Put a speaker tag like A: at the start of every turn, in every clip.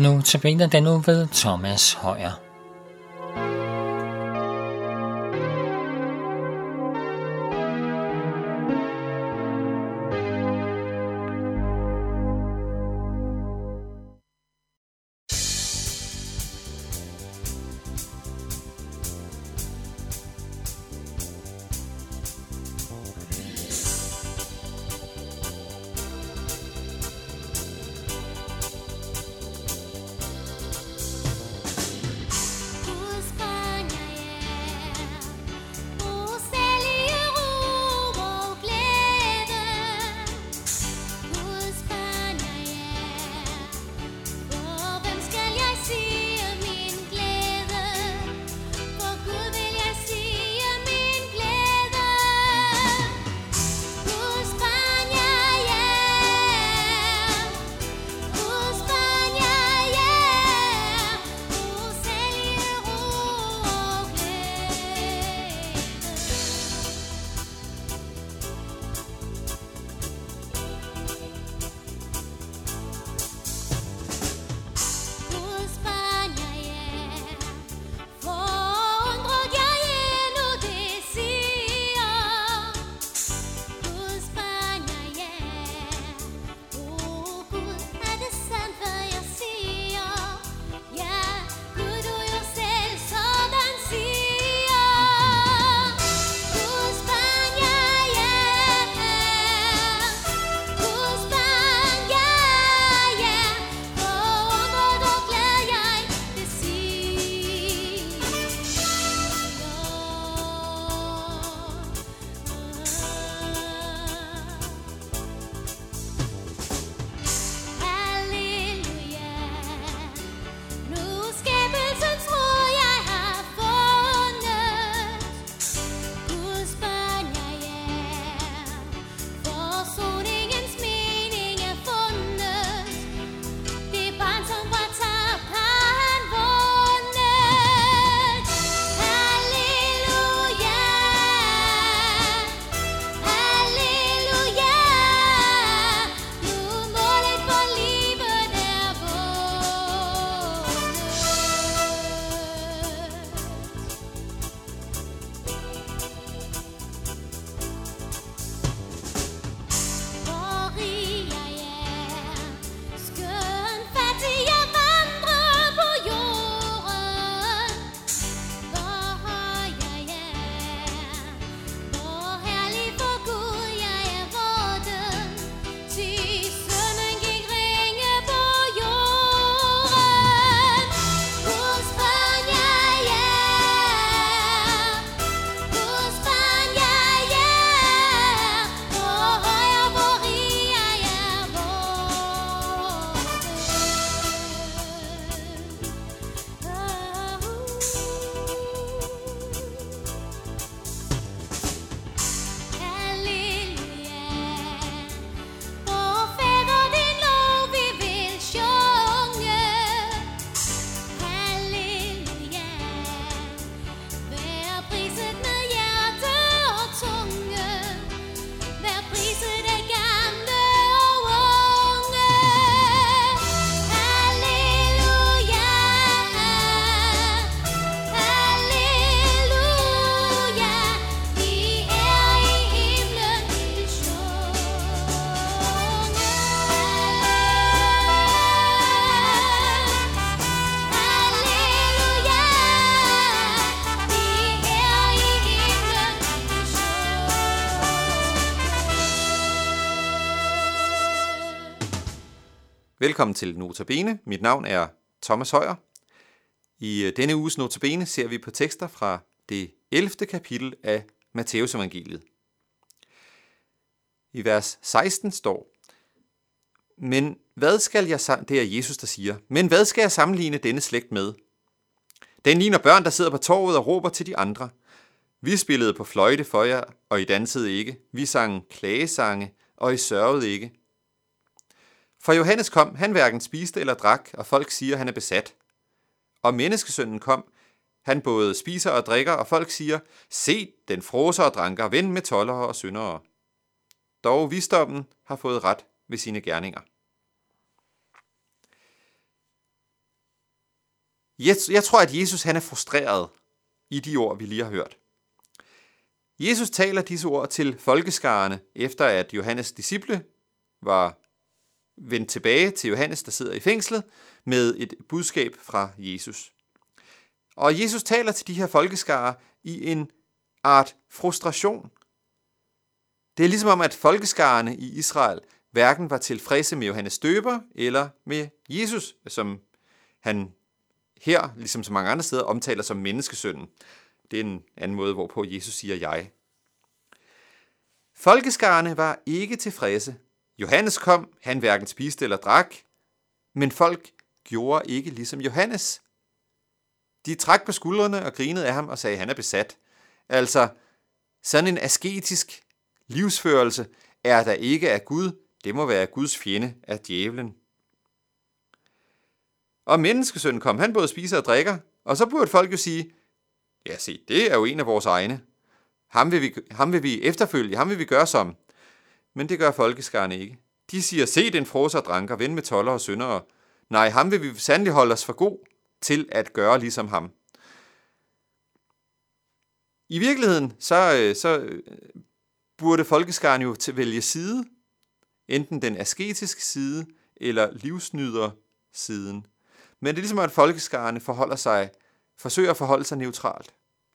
A: Nu tabiner den uge ved Thomas Højer.
B: Velkommen til Notabene. Mit navn er Thomas Højer. I denne uges Notabene ser vi på tekster fra det 11. kapitel af Matthæusevangeliet. I vers 16 står: Men hvad skal jeg det er Jesus, der siger: Men hvad skal jeg sammenligne denne slægt med? Den ligner børn, der sidder på torvet og råber til de andre: Vi spillede på fløjte for jer, og I dansede ikke. Vi sang klagesange, og I sørgede ikke. For Johannes kom, han hverken spiste eller drak, og folk siger, han er besat. Og menneskesønnen kom, han både spiser og drikker, og folk siger: Se, den fråser og dranker, ven med toldere og syndere. Dog visdommen har fået ret ved sine gerninger. Jeg tror, at Jesus han er frustreret i de ord, vi lige har hørt. Jesus taler disse ord til folkeskarerne, efter at Johannes' disciple var vendt tilbage til Johannes, der sidder i fængslet, med et budskab fra Jesus. Og Jesus taler til de her folkeskarer i en art frustration. Det er ligesom om, at folkeskarerne i Israel hverken var tilfredse med Johannes Døber eller med Jesus, som han her, ligesom så mange andre steder, omtaler som menneskesønnen. Det er en anden måde, hvorpå Jesus siger jeg. Folkeskarerne var ikke tilfredse. Johannes kom, han hverken spiste eller drak, men folk gjorde ikke ligesom Johannes. De trak på skuldrene og grinede af ham og sagde, at han er besat. Altså, sådan en asketisk livsførelse er der ikke af Gud, det må være Guds fjende af djævlen. Og menneskesønnen kom, han både spiser og drikker, og så burde folk jo sige, ja se, det er jo en af vores egne. Ham vil vi efterfølge, ham vil vi gøre som. Men det gør folkeskarne ikke. De siger, se den fråser og dranker, ven med toller og syndere. Nej, ham vil vi sandelig holde os for god til at gøre ligesom ham. I virkeligheden, så burde folkeskarne jo vælge side, enten den asketiske side eller livsnyder siden. Men det er ligesom, at folkeskarne forsøger at forholde sig neutralt.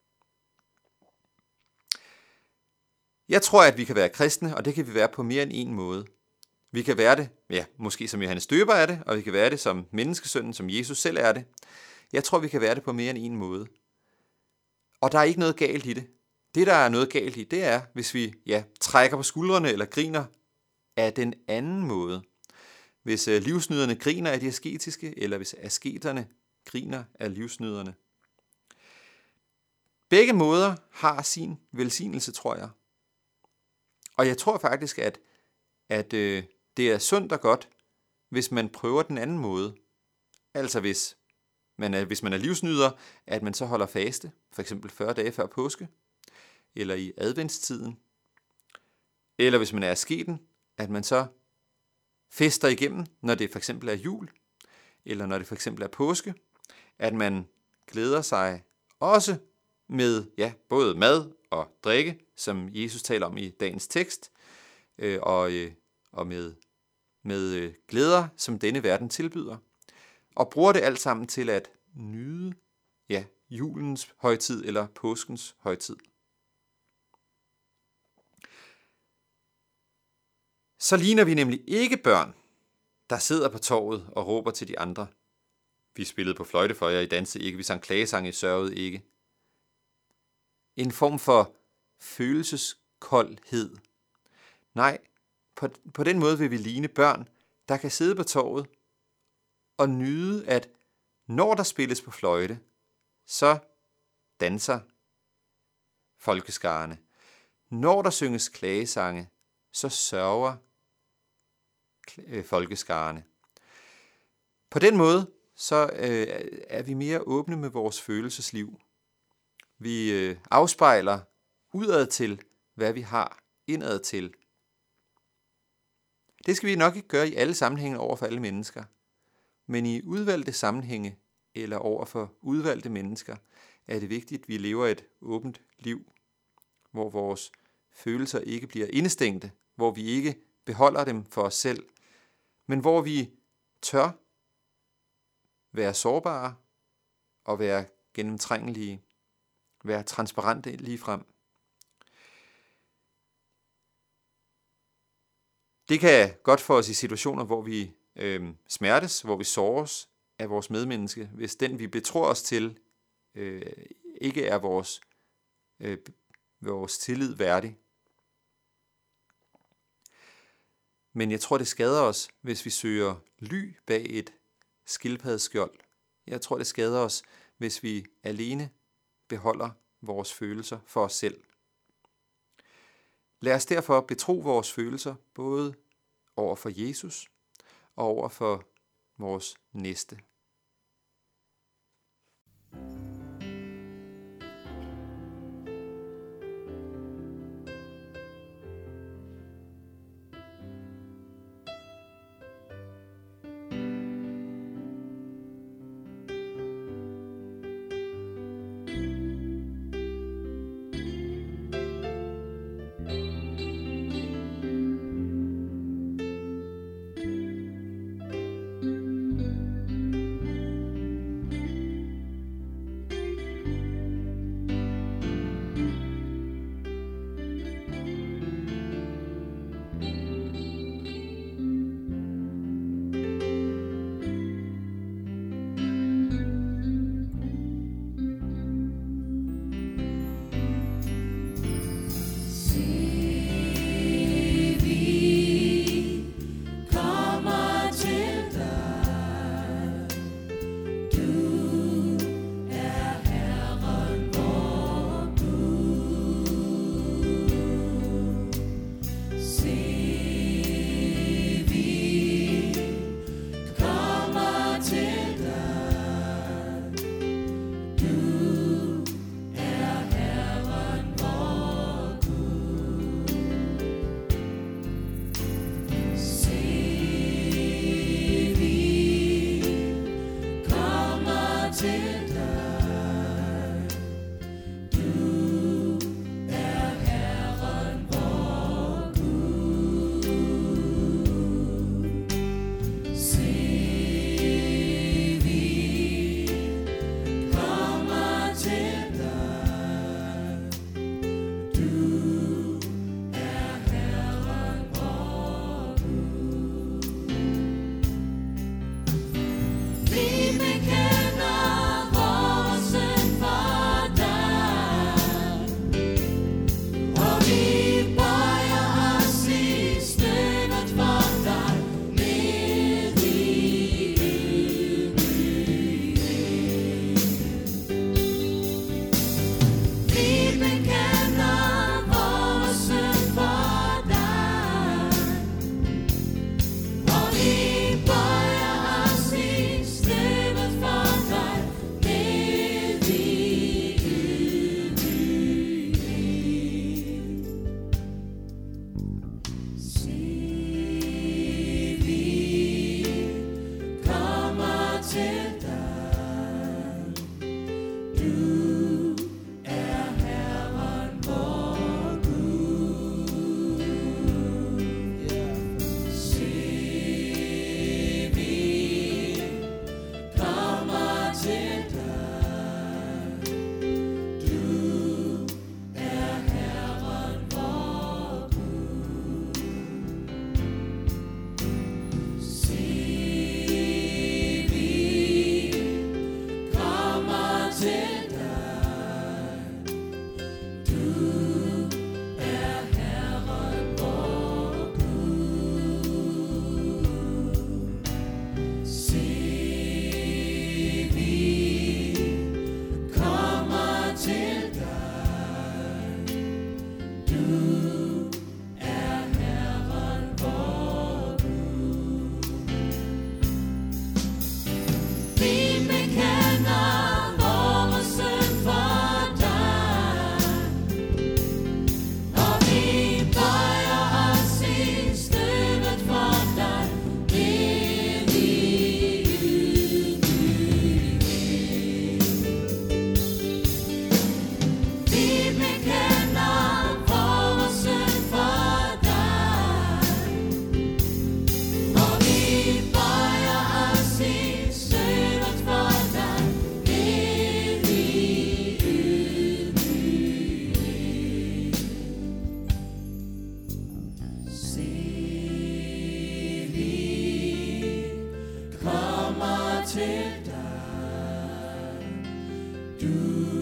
B: Jeg tror, at vi kan være kristne, og det kan vi være på mere end en måde. Vi kan være det, ja, måske som Johannes Døber er det, og vi kan være det som menneskesønnen, som Jesus selv er det. Jeg tror, vi kan være det på mere end en måde. Og der er ikke noget galt i det. Det, der er noget galt i, det er, hvis vi trækker på skuldrene eller griner af den anden måde. Hvis livsnyderne griner af de asketiske, eller hvis asketerne griner af livsnyderne. Begge måder har sin velsignelse, tror jeg. Og jeg tror faktisk, at det er sundt og godt, hvis man prøver den anden måde. Altså hvis man er livsnyder, at man så holder faste, for eksempel 40 dage før påske, eller i adventstiden. Eller hvis man er asketen, at man så fester igennem, når det for eksempel er jul, eller når det for eksempel er påske, at man glæder sig også med både mad og drikke, som Jesus taler om i dagens tekst, og med glæder, som denne verden tilbyder, og bruger det alt sammen til at nyde julens højtid eller påskens højtid. Så ligner vi nemlig ikke børn, der sidder på torvet og råber til de andre. Vi spillede på fløjte for jer, I dansede ikke, vi sang klagesang, I sørgede ikke. En form for følelseskoldhed. Nej, på den måde vil vi ligne børn, der kan sidde på torvet og nyde, at når der spilles på fløjte, så danser folkeskarerne. Når der synges klagesange, så sørger folkeskarerne. På den måde, så er vi mere åbne med vores følelsesliv. Vi afspejler udad til, hvad vi har indad til. Det skal vi nok ikke gøre i alle sammenhænge over for alle mennesker. Men i udvalgte sammenhænge eller over for udvalgte mennesker, er det vigtigt, at vi lever et åbent liv, hvor vores følelser ikke bliver indestængte, hvor vi ikke beholder dem for os selv, men hvor vi tør være sårbare og være gennemtrængelige, være transparente ligefrem. Det kan godt få os i situationer, hvor vi smertes, hvor vi såres af vores medmenneske, hvis den, vi betror os til, ikke er vores tillid værdig. Men jeg tror, det skader os, hvis vi søger ly bag et skildpaddeskjold. Jeg tror, det skader os, hvis vi alene beholder vores følelser for os selv. Lad os derfor betro vores følelser både over for Jesus og over for vores næste.
C: du.